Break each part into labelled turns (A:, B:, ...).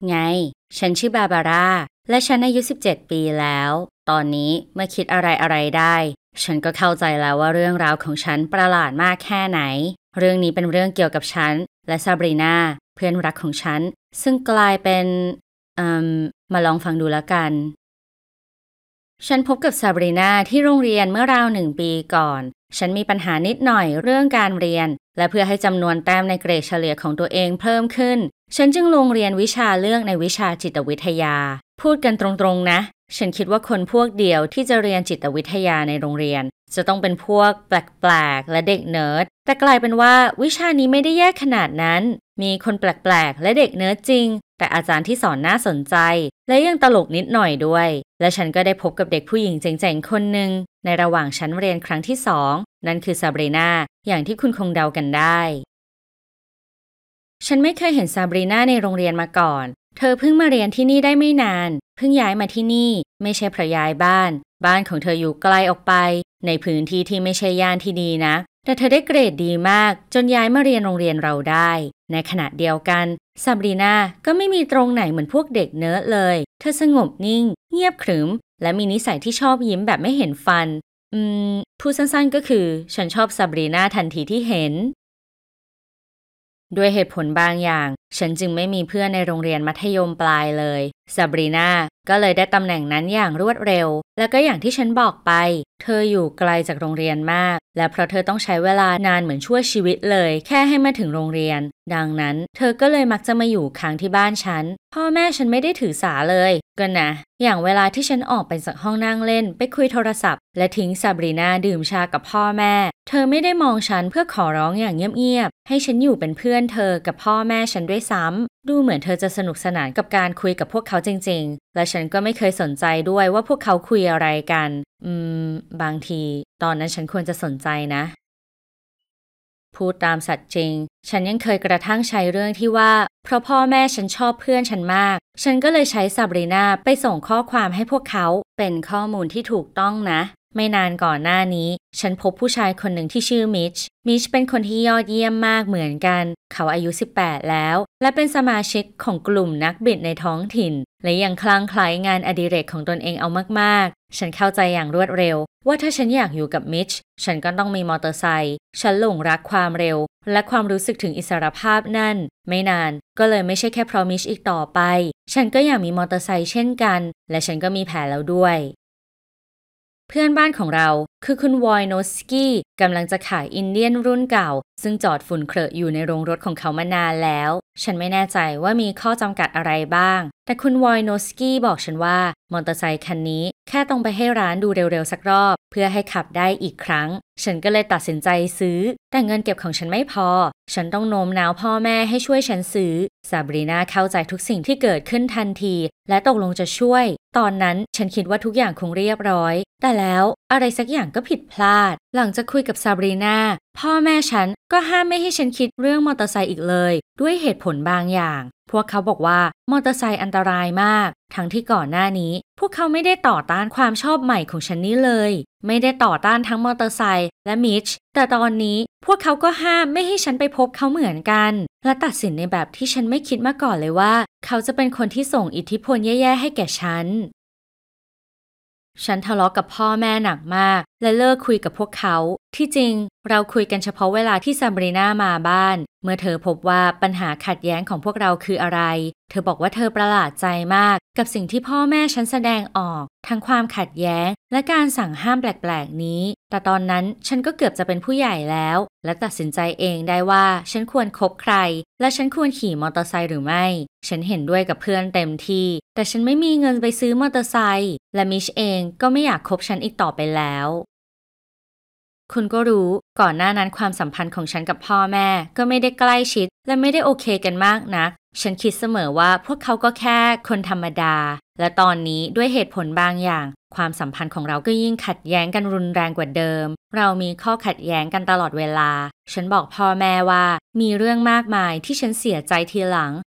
A: ไง ฉันชื่อบาบาร่าและฉันอายุ17ปีแล้ว ตอนนี้เมื่อคิดอะไรได้ฉันก็เข้าใจแล้วว่าเรื่องราวของฉันประหลาดมากแค่ไหน เรื่องนี้เป็นเรื่องเกี่ยวกับฉันและซาบรีนาเพื่อนรักของฉันซึ่งกลายเป็นมาลองฟังดูแล้วกัน ฉันพบกับซาบรีนาที่โรงเรียนเมื่อราว1 ปีก่อน ฉันมีปัญหานิดหน่อยเรื่องการเรียน และเพื่อให้จำนวนแต้มในเกรดเฉลี่ยของตัวเองเพิ่มขึ้น ฉันจึงลงเรียนวิชาเลือกในวิชาจิตวิทยา พูดกันตรงๆนะ ฉันคิดว่าคนพวกเดียวที่จะเรียนจิตวิทยาในโรงเรียนจะต้องเป็นพวกแปลกๆและเด็กเนิร์ด แต่กลายเป็นว่าวิชานี้ไม่ได้แย่ขนาดนั้น มีคนแปลกๆและเด็กเนิร์ดจริง แต่อาจารย์ที่สอนน่าสนใจและยังตลกนิดหน่อยด้วย และฉันก็ได้พบกับเด็กผู้หญิงเจ๋งๆคนหนึ่งในระหว่างชั้นเรียนครั้งที่2นั่นคือซาบรีนาอย่างที่คุณคงเดากันได้ ฉันไม่เคยเห็นซาบรีนาในโรงเรียนมาก่อน เธอเพิ่งมาเรียนที่นี่ได้ไม่นาน เพิ่งย้ายมาที่นี่ไม่ใช่เพราะย้ายบ้าน บ้านของเธออยู่ไกลออกไปในพื้นที่ที่ไม่ใช่ย่านที่ดีนะ แต่เธอได้เกรดดีมากจนย้ายมาเรียนโรงเรียนเราได้ ในขณะเดียวกันซาบรีนาก็ไม่มีตรงไหนเหมือนพวกเด็กเนิร์ดเลย เธอสงบนิ่งเงียบขรึมและมีนิสัยที่ชอบยิ้มแบบไม่เห็นฟันพูดสั้นๆก็คือฉันชอบซาบรีนาทันทีที่เห็น ด้วยเหตุผลบางอย่างฉันจึงไม่มีเพื่อนในโรงเรียนมัธยมปลายเลยซาบรีนาก็เลยได้ตำแหน่งนั้นอย่างรวดเร็วแล้วก็อย่างที่ฉันบอกไปเธออยู่ไกลจากโรงเรียนมากและเพราะเธอต้องใช้เวลานานเหมือนชั่วชีวิตเลยแค่ให้มาถึงโรงเรียนดังนั้นเธอก็เลยมักจะมาอยู่ค้างที่บ้านฉันพ่อแม่ฉันไม่ได้ถือสาเลยก็นะอย่างเวลาที่ฉันออกไปจากห้องนั่งเล่นไปคุยโทรศัพท์และทิ้งซาบรีนาดื่มชากับพ่อแม่เธอไม่ได้มองฉันเพื่อขอร้องอย่างเงียบๆให้ฉันอยู่เป็นเพื่อนเธอกับพ่อแม่ฉันด้วยซ้ำดูเหมือนเธอจะสนุกสนานกับการคุยกับพวกเขาจริงๆและฉันก็ไม่เคยสนใจด้วยว่าพวกเขาคุยอะไรกันบางทีตอนนั้นฉันควรจะสนใจนะพูดตามสัตย์จริงฉันยังเคยกระทั่งใช้เรื่องที่ว่าเพราะพ่อแม่ฉันชอบเพื่อนฉันมากฉันก็เลยใช้ซาบรีนาไปส่งข้อความให้พวกเขาเป็นข้อมูลที่ถูกต้องนะไม่นานก่อนหน้านี้ฉันพบผู้ชายคนหนึ่งที่ชื่อมิชเป็นคนที่ยอดเยี่ยมมากเหมือนกันเขาอายุ18แล้วและเป็นสมาชิกของกลุ่มนักบิดในท้องถิ่นและยังคลั่งไคล้งานอดิเรกของตนเองเอามากๆฉันเข้าใจอย่างรวดเร็วว่าถ้าฉันอยากอยู่กับมิชฉันก็ต้องมีมอเตอร์ไซค์ฉันหลงรักความเร็วและความรู้สึกถึงอิสรภาพนั่นไม่นานก็เลยไม่ใช่แค่เพราะมิชอีกต่อไปฉันก็อยากมีมอเตอร์ไซค์เช่นกันและฉันก็มีแผนแล้วด้วยเพื่อนบ้านของเราคือคุณวอยโนสกี้กำลังจะขายอินเดียนรุ่นเก่าซึ่งจอดฝุ่นเครอะอยู่ในโรงรถของเขามานานแล้วฉันไม่แน่ใจว่ามีข้อจำกัดอะไรบ้างแต่คุณวอยโนสกี้บอกฉันว่ามอเตอร์ไซค์คันนี้แค่ต้องไปให้ร้านดูเร็วๆสักรอบเพื่อให้ขับได้อีกครั้งฉันก็เลยตัดสินใจซื้อแต่เงินเก็บของฉันไม่พอฉันต้องโน้มน้าวพ่อแม่ให้ช่วยฉันซื้อซาบรีนาเข้าใจทุกสิ่งที่เกิดขึ้นทันทีและตกลงจะช่วยตอนนั้นฉันคิดว่าทุกอย่างคงเรียบร้อยแต่แล้วอะไรสักอย่างก็ผิดพลาดหลังจากคุยกับซาบรีนาพ่อแม่ฉันก็ห้ามไม่ให้ฉันคิดเรื่องมอเตอร์ไซค์อีกเลยด้วยเหตุผลบางอย่างพวกเขาบอกว่ามอเตอร์ไซค์อันตรายมากทั้งที่ก่อนหน้านี้พวกเขาไม่ได้ต่อต้านความชอบใหม่ของฉันนี่เลยไม่ได้ต่อต้านทั้งมอเตอร์ไซค์และมิชแต่ตอนนี้พวกเขาก็ห้ามไม่ให้ฉันไปพบเขาเหมือนกันและตัดสินในแบบที่ฉันไม่คิดมาก่อนเลยว่าเขาจะเป็นคนที่ส่งอิทธิพลแย่ๆให้แก่ฉันทะเลาะกับพ่อแม่หนักมากและเลิกคุยกับพวกเขาที่จริงเราคุยกันเฉพาะเวลาที่ซาบรีนามาบ้านเมื่อเธอพบว่าปัญหาขัดแย้งของพวกเราคืออะไรเธอบอกว่าเธอประหลาดใจมากกับสิ่งที่พ่อแม่ฉันแสดงออกทั้งความขัดแย้งและการสั่งห้ามแปลกๆนี้แต่ตอนนั้นฉันก็เกือบจะเป็นผู้ใหญ่แล้วและตัดสินใจเองได้ว่าฉันควรคบใครและฉันควรขี่มอเตอร์ไซค์หรือไม่ฉันเห็นด้วยกับเพื่อนเต็มที่แต่ฉันไม่มีเงินไปซื้อมอเตอร์ไซค์และมิชเองก็ไม่อยากคบฉันอีกต่อไปแล้วคุณก็รู้ก่อนหน้านั้นความสัมพันธ์ของฉันกับพ่อแม่ก็ไม่ได้ใกล้ชิดและไม่ได้โอเคกันมากนักฉันคิดเสมอว่าพวกเขาก็แค่คนธรรมดาและตอนนี้ด้วยเหตุผลบางอย่างความสัมพันธ์ของเราก็ยิ่งขัดแย้งกันรุนแรงกว่าเดิมเรามีข้อขัดแย้งกันตลอดเวลาฉันบอกพ่อแม่ว่ามีเรื่องมากมายที่ฉันเสียใจทีหลัง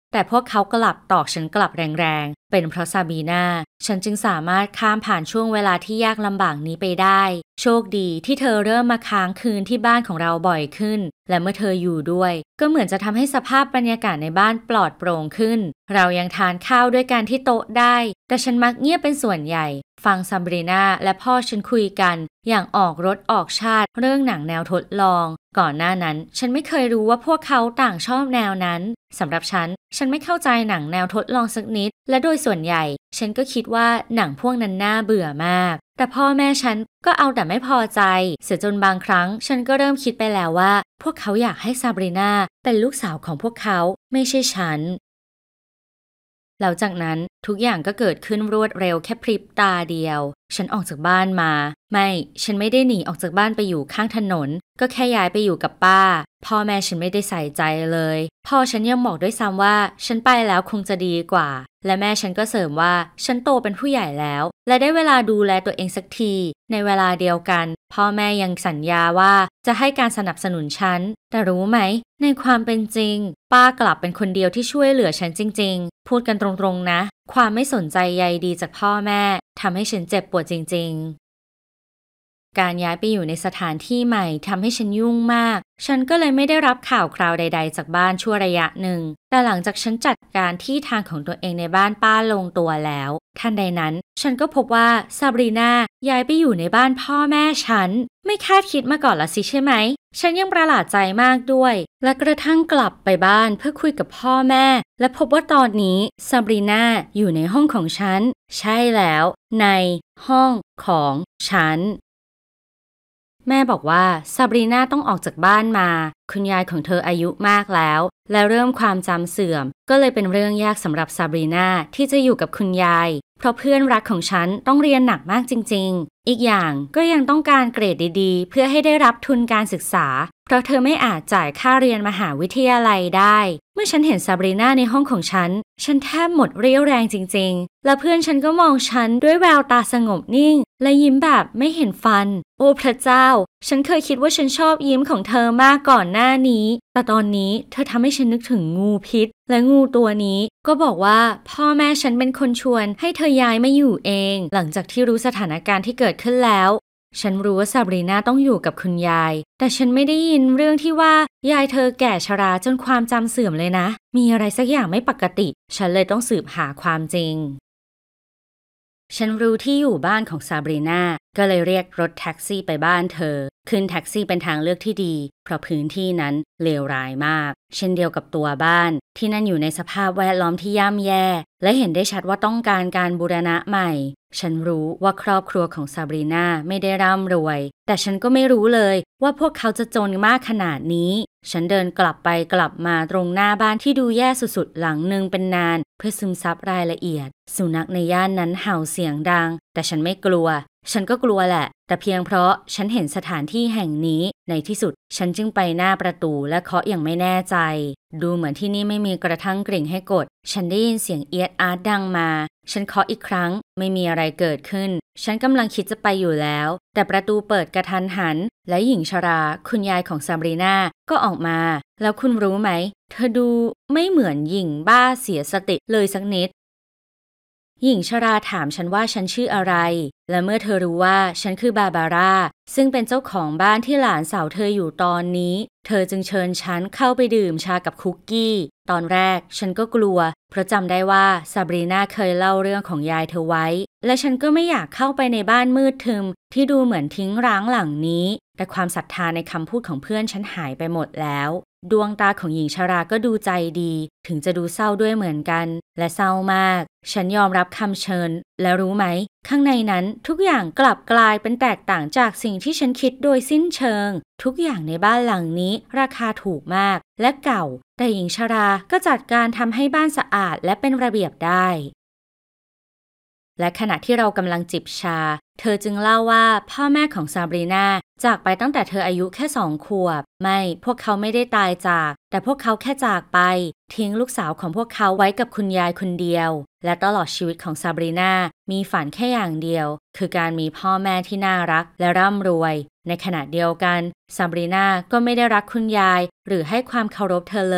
A: แต่พวกเขากลับตอกฉันกลับแรงๆเป็นเพราะซาบีนาฉันจึงสามารถข้ามผ่านช่วงเวลาที่ยากลำบากนี้ไปได้โชคดีที่เธอเริ่มมาค้างคืนที่บ้านของเราบ่อยขึ้นและเมื่อเธออยู่ด้วยก็เหมือนจะทำให้สภาพบรรยากาศในบ้านปลอดโปร่งขึ้นเรายังทานข้าวด้วยกันที่โต๊ะได้แต่ฉันมักเงียบเป็นส่วนใหญ่ฟังซาบรีนาและพ่อฉันคุยกันอย่างออกรถออกชาติเรื่องหนังแนวทดลองก่อนหน้านั้นฉันไม่เคยรู้ว่าพวกเขาต่างชอบแนวนั้นสำหรับฉันไม่เข้าใจหนังแนวทดลองสักนิดและโดยส่วนใหญ่ฉันก็คิดว่าหนังพวกนั้นน่าเบื่อมากแต่พ่อแม่ฉันก็เอาแต่ไม่พอใจเสียจนบางครั้งฉันก็เริ่มคิดไปแล้วว่าพวกเขาอยากให้ซาบรีนาเป็นลูกสาวของพวกเขาไม่ใช่ฉันแล้วจากนั้นทุกอย่างก็เกิดขึ้นรวดเร็วแค่พริบตาเดียวฉันออกจากบ้านมาฉันไม่ได้หนีออกจากบ้านไปอยู่ข้างถนนก็แค่ย้ายไปอยู่กับป้าพ่อแม่ฉันไม่ได้ใส่ใจเลยพ่อฉันยังบอกด้วยซ้ำว่าฉันไปแล้วคงจะดีกว่าและแม่ฉันก็เสริมว่าฉันโตเป็นผู้ใหญ่แล้วและได้เวลาดูแลตัวเองสักทีในเวลาเดียวกันพ่อแม่ยังสัญญาว่าจะให้การสนับสนุนฉันแต่รู้ไหมในความเป็นจริงป้ากลับเป็นคนเดียวที่ช่วยเหลือฉันจริงๆพูดกันตรงๆนะความไม่สนใจใยดีจากพ่อแม่ทำให้ฉันเจ็บปวดจริงๆการย้ายไปอยู่ในสถานที่ใหม่ทำให้ฉันยุ่งมากฉันก็เลยไม่ได้รับข่าวคราวใดๆจากบ้านชั่วระยะหนึ่งแต่หลังจากฉันจัดการที่ทางของตัวเองในบ้านป้าลงตัวแล้วทันใดนั้นฉันก็พบว่าซาบรีนาย้ายไปอยู่ในบ้านพ่อแม่ฉันไม่คาดคิดมาก่อนละสิใช่ไหมฉันยังประหลาดใจมากด้วยและกระทั่งกลับไปบ้านเพื่อคุยกับพ่อแม่และพบว่าตอนนี้ซาบรีนาอยู่ในห้องของฉันใช่แล้วในห้องของฉันแม่บอกว่าซาบรีนาต้องออกจากบ้านมาคุณยายของเธออายุมากแล้วและเริ่มความจำเสื่อมก็เลยเป็นเรื่องยากสำหรับซาบรีนาที่จะอยู่กับคุณยายเพราะเพื่อนรักของฉันต้องเรียนหนักมากจริงๆอีกอย่างก็ยังต้องการเกรดดีๆเพื่อให้ได้รับทุนการศึกษาเพราะเธอไม่อาจจ่ายค่าเรียนมหาวิทยาลัยได้เมื่อฉันเห็นซาบรีนาในห้องของฉันแทบหมดเรี่ยวแรงจริงๆและเพื่อนฉันก็มองฉันด้วยแววตาสงบนิ่งและยิ้มแบบไม่เห็นฟันโอ้พระเจ้าฉันเคยคิดว่าฉันชอบยิ้มของเธอมากก่อนหน้านี้แต่ตอนนี้เธอทำให้ฉันนึกถึงงูพิษและงูตัวนี้ก็บอกว่าพ่อแม่ฉันเป็นคนชวนให้เธอย้ายมาอยู่เองหลังจากที่รู้สถานการณ์ที่เกิดขึ้นแล้วฉันรู้ว่าซาบรีนาต้องอยู่กับคุณยายแต่ฉันไม่ได้ยินเรื่องที่ว่ายายเธอแก่ชราจนความจำเสื่อมเลยนะมีอะไรสักอย่างไม่ปกติฉันเลยต้องสืบหาความจริงฉันรู้ที่อยู่บ้านของซาบรีนาก็เลยเรียกรถแท็กซี่ไปบ้านเธอขึ้นแท็กซี่เป็นทางเลือกที่ดีเพราะพื้นที่นั้นเลวร้ายมากเช่นเดียวกับตัวบ้านที่นั่นอยู่ในสภาพแวดล้อมที่ย่ำแย่และเห็นได้ชัดว่าต้องการการบูรณะใหม่ฉันรู้ว่าครอบครัวของซาบรีนาไม่ได้ร่ำรวยแต่ฉันก็ไม่รู้เลยว่าพวกเขาจะจนมากขนาดนี้ฉันเดินกลับไปกลับมาตรงหน้าบ้านที่ดูแย่สุดๆหลังนึงเป็นนานเพื่อซึมซับรายละเอียดสุนัขในย่านนั้นเห่าเสียงดังแต่ฉันไม่กลัวฉันก็กลัวแหละแต่เพียงเพราะฉันเห็นสถานที่แห่งนี้ในที่สุดฉันจึงไปหน้าประตูและเคาะอย่างไม่แน่ใจดูเหมือนที่นี่ไม่มีกระทั่งกริ่งให้กดฉันได้ยินเสียงเอียดอาร์ตดังมาฉันเคาะอีกครั้งไม่มีอะไรเกิดขึ้นฉันกำลังคิดจะไปอยู่แล้วแต่ประตูเปิดกระทันหันและหญิงชราคุณยายของซาบรีนาก็ออกมาแล้วคุณรู้ไหมเธอดูไม่เหมือนหญิงบ้าเสียสติเลยสักนิดหญิงชราถามฉันว่าฉันชื่ออะไรและเมื่อเธอรู้ว่าฉันคือบาบาร่าซึ่งเป็นเจ้าของบ้านที่หลานสาวเธออยู่ตอนนี้เธอจึงเชิญฉันเข้าไปดื่มชากับคุกกี้ตอนแรกฉันก็กลัวเพราะจำได้ว่าซาบรีนาเคยเล่าเรื่องของยายเธอไว้และฉันก็ไม่อยากเข้าไปในบ้านมืดทึมที่ดูเหมือนทิ้งร้างหลังนี้แต่ความศรัทธาในคำพูดของเพื่อนฉันหายไปหมดแล้วดวงตาของหญิงชราก็ดูใจดีถึงจะดูเศร้าด้วยเหมือนกันและเศร้ามากฉันยอมรับคำเชิญและรู้ไหมข้างในนั้นทุกอย่างกลับกลายเป็นแตกต่างจากสิ่งที่ฉันคิดโดยสิ้นเชิงทุกอย่างในบ้านหลังนี้ราคาถูกมากและเก่าแต่หญิงชราก็จัดการทำให้บ้านสะอาดและเป็นระเบียบได้และขณะที่เรากำลังจิบชาเธอจึงเล่าว่าพ่อแม่ของซาบรีนาจากไปตั้งแต่เธออายุแค่2 ขวบพวกเขาไม่ได้ตายจากแต่พวกเขาแค่จากไปทิ้งลูกสาวของพวกเขาไว้กับคุณยายคนเดียวและตลอดชีวิตของซาบรีนามีฝันแค่อย่างเดียวคือการมีพ่อแม่ที่น่ารักและร่ำรวยในขณะเดียวกันซาบรีนาก็ไม่ได้รักคุณยายหรือให้ความเคารพเธอเลย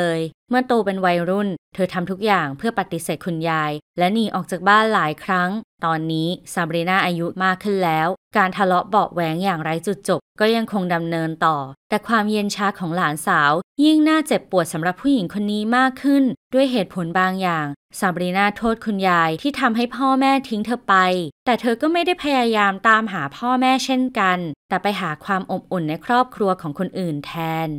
A: เมื่อโตเป็นวัยรุ่นเธอทำทุกอย่างเพื่อปฏิเสธคุณยายและหนีออกจากบ้านหลายครั้งตอนนี้ซาบรีนาอายุมากขึ้นแล้วการทะเลาะเบาะแว้งอย่างไร้จุดจบก็ยังคงดำเนินต่อแต่ความเย็นชาของหลานสาวยิ่งน่าเจ็บปวดสำหรับผู้หญิงคนนี้มากขึ้นด้วยเหตุผลบางอย่างซาบรีนาโทษคุณยายที่ทำให้พ่อแม่ทิ้งเธอไปแต่เธอก็ไม่ได้พยายามตามหาพ่อแม่เช่นกันแต่ไปหาความอบอุ่นในครอบครัวของคนอื่นแทน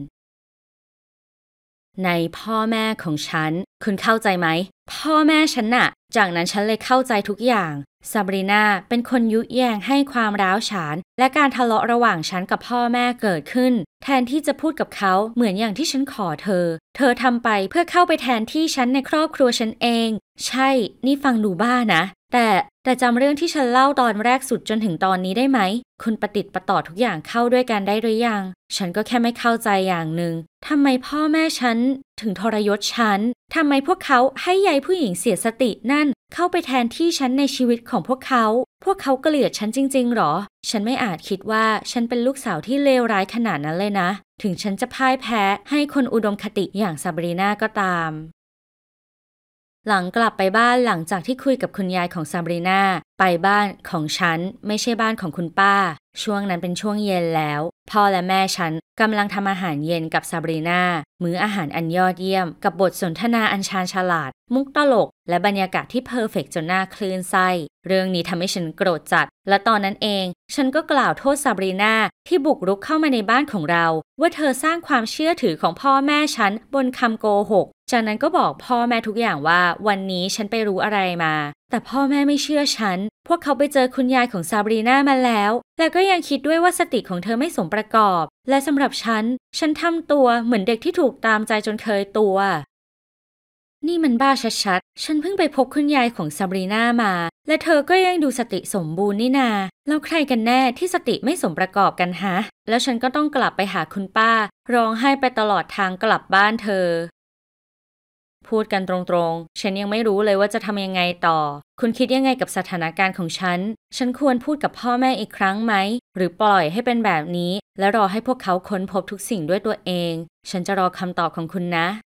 A: ในพ่อแม่ของฉันคุณเข้าใจไหมพ่อแม่ฉันน่ะจากนั้นฉันเลยเข้าใจทุกอย่างซาบรีนาเป็นคนยุแยงให้ความร้าวฉานและการทะเลาะระหว่างฉันกับพ่อแม่เกิดขึ้นแทนที่จะพูดกับเขาเหมือนอย่างที่ฉันขอเธอทำไปเพื่อเข้าไปแทนที่ฉันในครอบครัวฉันเองใช่นี่ฟังดูบ้านะแต่จำเรื่องที่ฉันเล่าตอนแรกสุดจนถึงตอนนี้ได้ไหมคุณประติดประต่อทุกอย่างเข้าด้วยกันได้หรือยังฉันก็แค่ไม่เข้าใจอย่างหนึ่งทำไมพ่อแม่ฉันถึงทรยศฉันทำไมพวกเขาให้ยายผู้หญิงเสียสตินั่นเข้าไปแทนที่ฉันในชีวิตของพวกเขาเกลียดฉันจริงๆหรอฉันไม่อาจคิดว่าฉันเป็นลูกสาวที่เลวร้ายขนาดนั้นเลยนะถึงฉันจะพ่ายแพ้ให้คนอุดมคติอย่างซาบรีนาก็ตามหลังกลับไปบ้านหลังจากที่คุยกับคุณยายของซาบรีนาไปบ้านของฉันไม่ใช่บ้านของคุณป้าช่วงนั้นเป็นช่วงเย็นแล้วพ่อและแม่ฉันกำลังทำอาหารเย็นกับซาบรีนามื้ออาหารอันยอดเยี่ยมกับบทสนทนาอันชาญฉลาดมุกตลกและบรรยากาศที่เพอร์เฟกต์จนน่าคลื่นไส้เรื่องนี้ทำให้ฉันโกรธจัดและตอนนั้นเองฉันก็กล่าวโทษซาบรีนาที่บุกรุกเข้ามาในบ้านของเราว่าเธอสร้างความเชื่อถือของพ่อแม่ฉันบนคำโกหกจากนั้นก็บอกพ่อแม่ทุกอย่างว่าวันนี้ฉันไปรู้อะไรมาแต่พ่อแม่ไม่เชื่อฉันพวกเขาไปเจอคุณยายของซาบรีนามาแล้วและก็ยังคิดด้วยว่าสติของเธอไม่สมประกอบและสำหรับฉันทำตัวเหมือนเด็กที่ถูกตามใจจนเคยตัวนี่มันบ้าชัดๆฉันเพิ่งไปพบคุณยายของซาบรีนามาและเธอก็ยังดูสติสมบูรณ์นี่นาแล้วใครกันแน่ที่สติไม่สมประกอบกันฮะแล้วฉันก็ต้องกลับไปหาคุณป้าร้องไห้ไปตลอดทางกลับบ้านเธอพูดกันตรงๆฉันยังไม่รู้เลยว่าจะทำยังไงต่อคุณคิดยังไงกับสถานการณ์ของฉันควรพูดกับพ่อแม่อีกครั้งไหมหรือปล่อยให้เป็นแบบนี้และรอให้พวกเขาค้นพบทุกสิ่งด้วยตัวเองฉันจะรอคำตอบของคุณนะ